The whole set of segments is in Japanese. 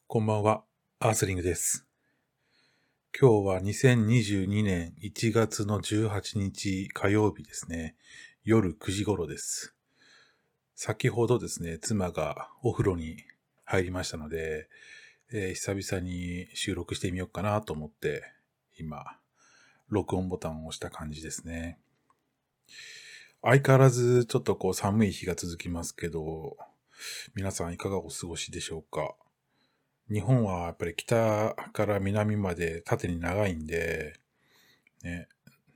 こんばんは、アースリングです。今日は2022年1月の18日火曜日ですね。夜9時頃です。先ほどですね、妻がお風呂に入りましたので、久々に収録してみようかなと思って、今、録音ボタンを押した感じですね。相変わらずちょっと寒い日が続きますけど、皆さんいかがお過ごしでしょうか。日本はやっぱり北から南まで縦に長いんで、ね、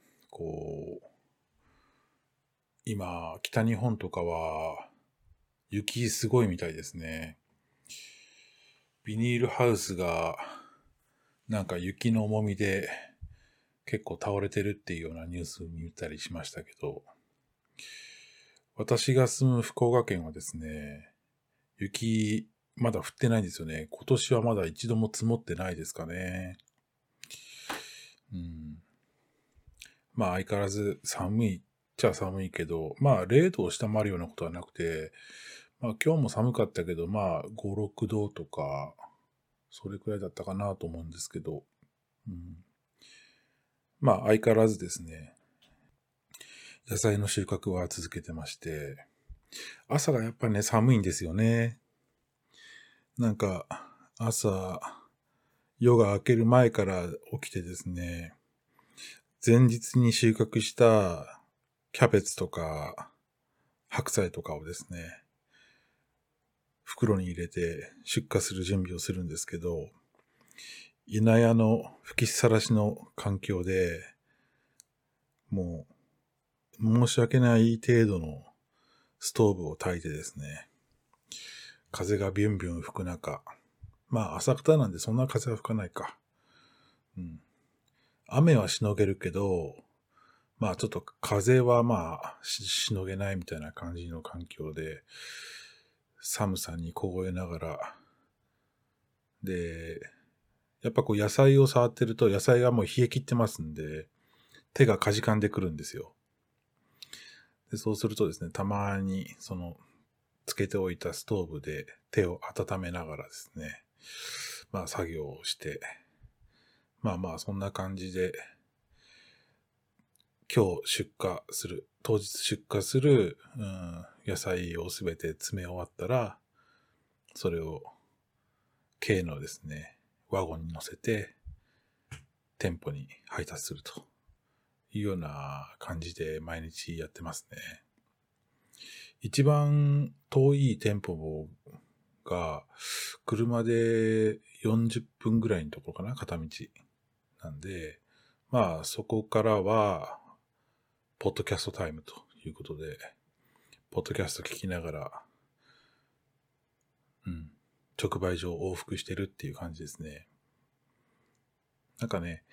今、北日本とかは雪すごいみたいですね。ビニールハウスがなんか雪の重みで結構倒れてるっていうようなニュース見たりしましたけど、私が住む福岡県はですね、雪まだ降ってないんですよね。今年はまだ一度も積もってないですかね。まあ相変わらず寒いっちゃ寒いけど、まあ0度を下回るようなことはなくて、まあ今日も寒かったけど、まあ5、6度とか、それくらいだったかなと思うんですけど、まあ相変わらずですね、野菜の収穫は続けてまして、朝がやっぱりね、寒いんですよね。なんか、朝、夜が明ける前から起きてですね、前日に収穫したキャベツとか白菜とかをですね、袋に入れて出荷する準備をするんですけど、稲屋の吹きさらしの環境で、もう申し訳ない程度のストーブを焚いてですね、風がビュンビュン吹く中、まあ朝方なんでそんな風は吹かないか。雨はしのげるけど、まあちょっと風はまあしのげないみたいな感じの環境で、寒さに凍えながら、で、やっぱ野菜を触ってると野菜がもう冷え切ってますんで、手がかじかんでくるんですよ。でそうするとですね、たまにつけておいたストーブで手を温めながらですね、まあ作業をして、まあまあそんな感じで、今日出荷する、当日出荷する、野菜をすべて詰め終わったら、それを軽のですね、ワゴンに乗せて、店舗に配達するというような感じで毎日やってますね。一番遠い店舗が、車で40分ぐらいのところかな、片道。なんで、まあそこからは、ポッドキャストタイムということで、ポッドキャスト聞きながら、直売所を往復してるっていう感じですね。なんかね、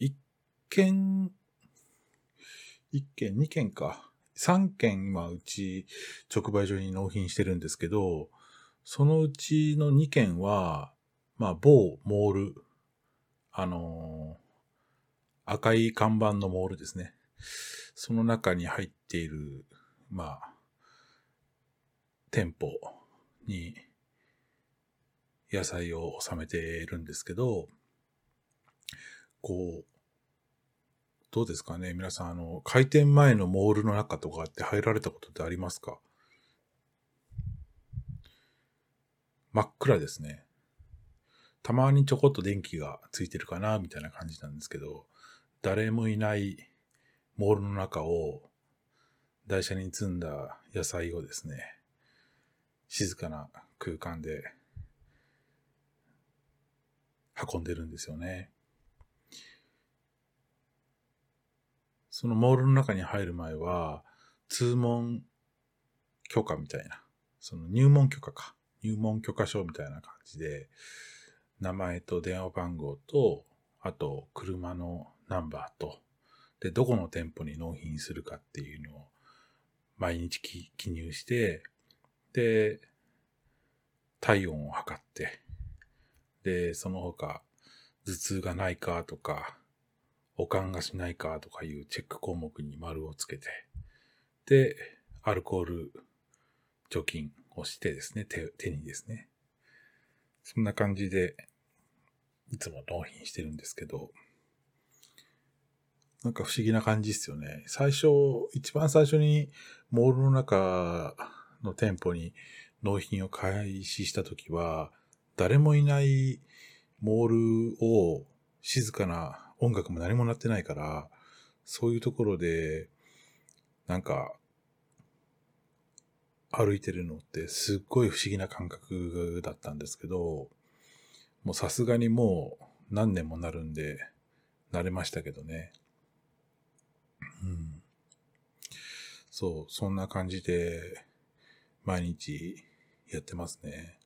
二軒か。三軒今うち直売所に納品してるんですけど、そのうちの二軒は、まあ某モール、あのー赤い看板のモールですね。その中に入っている、まあ、店舗に野菜を収めているんですけど、こう、どうですかね皆さん、開店前のモールの中とかって入られたことってありますか？真っ暗ですね。たまにちょこっと電気がついてるかなみたいな感じなんですけど、誰もいないモールの中を台車に積んだ野菜をですね、静かな空間で運んでるんですよね。そのモールの中に入る前は、通門許可みたいな、その入門許可か。入門許可証みたいな感じで、名前と電話番号と、あと車のナンバーと、で、どこの店舗に納品するかっていうのを毎日記入して、で、体温を測って、で、その他、頭痛がないかとか、悪寒がしないかとかいうチェック項目に丸をつけて、で、アルコール除菌をしてですね、手にですね。 そんな感じで、いつも納品してるんですけど、なんか不思議な感じですよね。一番最初にモールの中の店舗に納品を開始したときは、誰もいないモールを静かな音楽も何も鳴ってないから、そういうところで、なんか歩いてるのってすっごい不思議な感覚だったんですけど、もうさすがにもう何年もなるんで慣れましたけどね。うん。そう、そんな感じで毎日やってますね。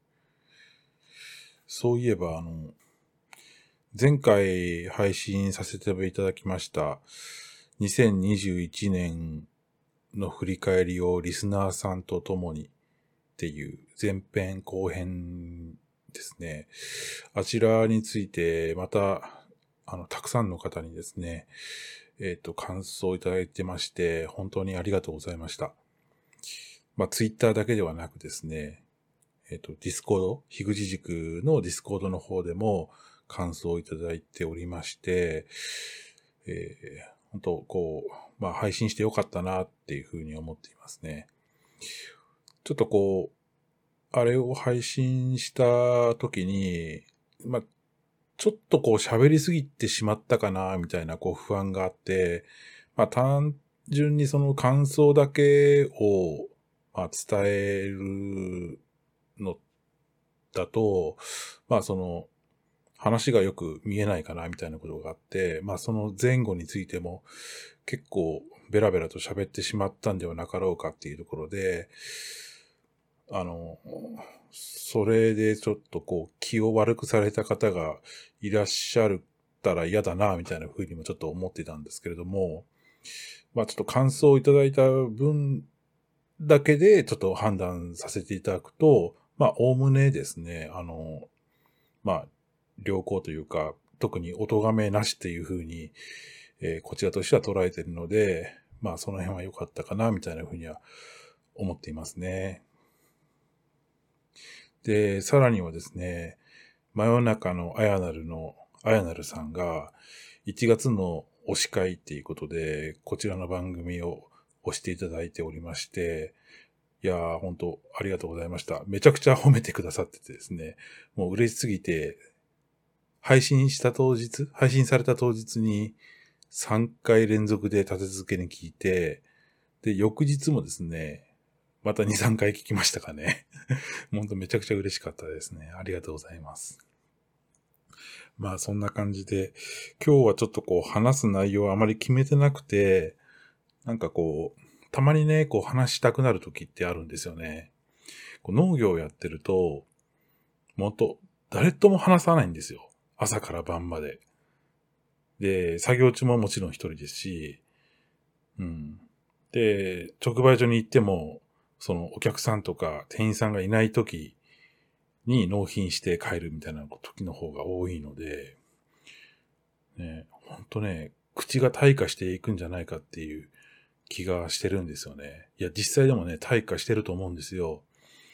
そういえば前回配信させていただきました2021年の振り返りをリスナーさんと共にっていう前編後編ですね。あちらについてまたたくさんの方にですね、感想をいただいてまして、本当にありがとうございました。ツイッターだけではなくですね、ディスコード、ひぐじ塾のディスコードの方でも感想をいただいておりまして、本当配信してよかったなっていうふうに思っていますね。ちょっとあれを配信した時に、ちょっと喋りすぎてしまったかな、みたいな不安があって、単純にその感想だけを、伝えるのだと、話がよく見えないかな、みたいなことがあって、その前後についても結構ベラベラと喋ってしまったんではなかろうかっていうところで、それでちょっと気を悪くされた方がいらっしゃったら嫌だな、みたいな風にもちょっと思ってたんですけれども、ちょっと感想をいただいた分だけでちょっと判断させていただくと、おおむねですね、良好というか、特にお咎めなしっていう風に、こちらとしては捉えているので、その辺は良かったかな、みたいな風には思っていますね。で、さらにはですね、真夜中のあやなるさんが、1月の推し会っていうことで、こちらの番組を推していただいておりまして、いやー、本当ありがとうございました。めちゃくちゃ褒めてくださっててですね、もう嬉しすぎて、配信された当日に3回連続で立て続けに聞いて、で、翌日もですね、また2、3回聞きましたかね。本当めちゃくちゃ嬉しかったですね。ありがとうございます。そんな感じで、今日はちょっと話す内容はあまり決めてなくて、たまにね、話したくなる時ってあるんですよね。農業をやってると、誰とも話さないんですよ。朝から晩まで。で、作業中ももちろん一人ですし、うん。で、直売所に行っても、そのお客さんとか店員さんがいない時に納品して帰るみたいな時の方が多いので、ね、ほんとね、口が退化していくんじゃないかっていう気がしてるんですよね。いや、実際でもね、退化してると思うんですよ。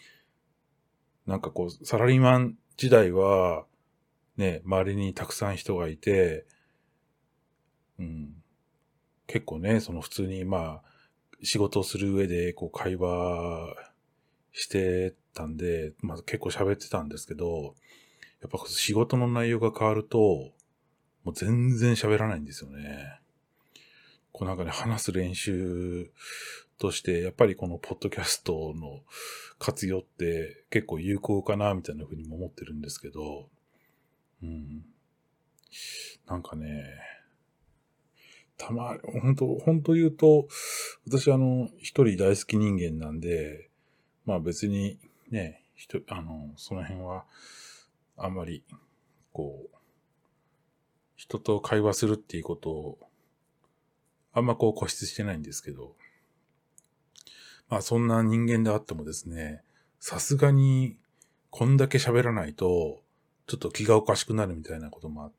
サラリーマン時代は、ね、周りにたくさん人がいて、うん、結構ね、その普通に仕事をする上で会話してたんで、結構喋ってたんですけど、やっぱ仕事の内容が変わると、もう全然喋らないんですよね。話す練習として、やっぱりこのポッドキャストの活用って結構有効かな、みたいな風にも思ってるんですけど、うん。本当言うと、私一人大好き人間なんで、別にね、その辺は、あんまり、人と会話するっていうことを、あんま固執してないんですけど、そんな人間であってもですね、さすがに、こんだけ喋らないと、ちょっと気がおかしくなるみたいなこともあって、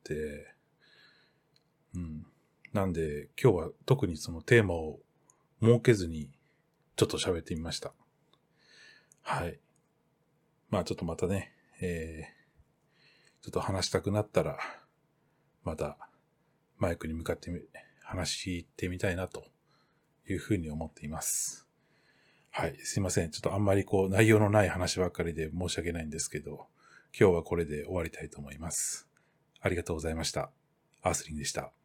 うん。なんで、今日は特にそのテーマを設けずに、ちょっと喋ってみました。はい。ちょっとまたね、 ちょっと話したくなったら、またマイクに向かって話してみたいなというふうに思っています。はい、すいません。ちょっとあんまり内容のない話ばっかりで申し訳ないんですけど、今日はこれで終わりたいと思います。ありがとうございました。アースリンでした。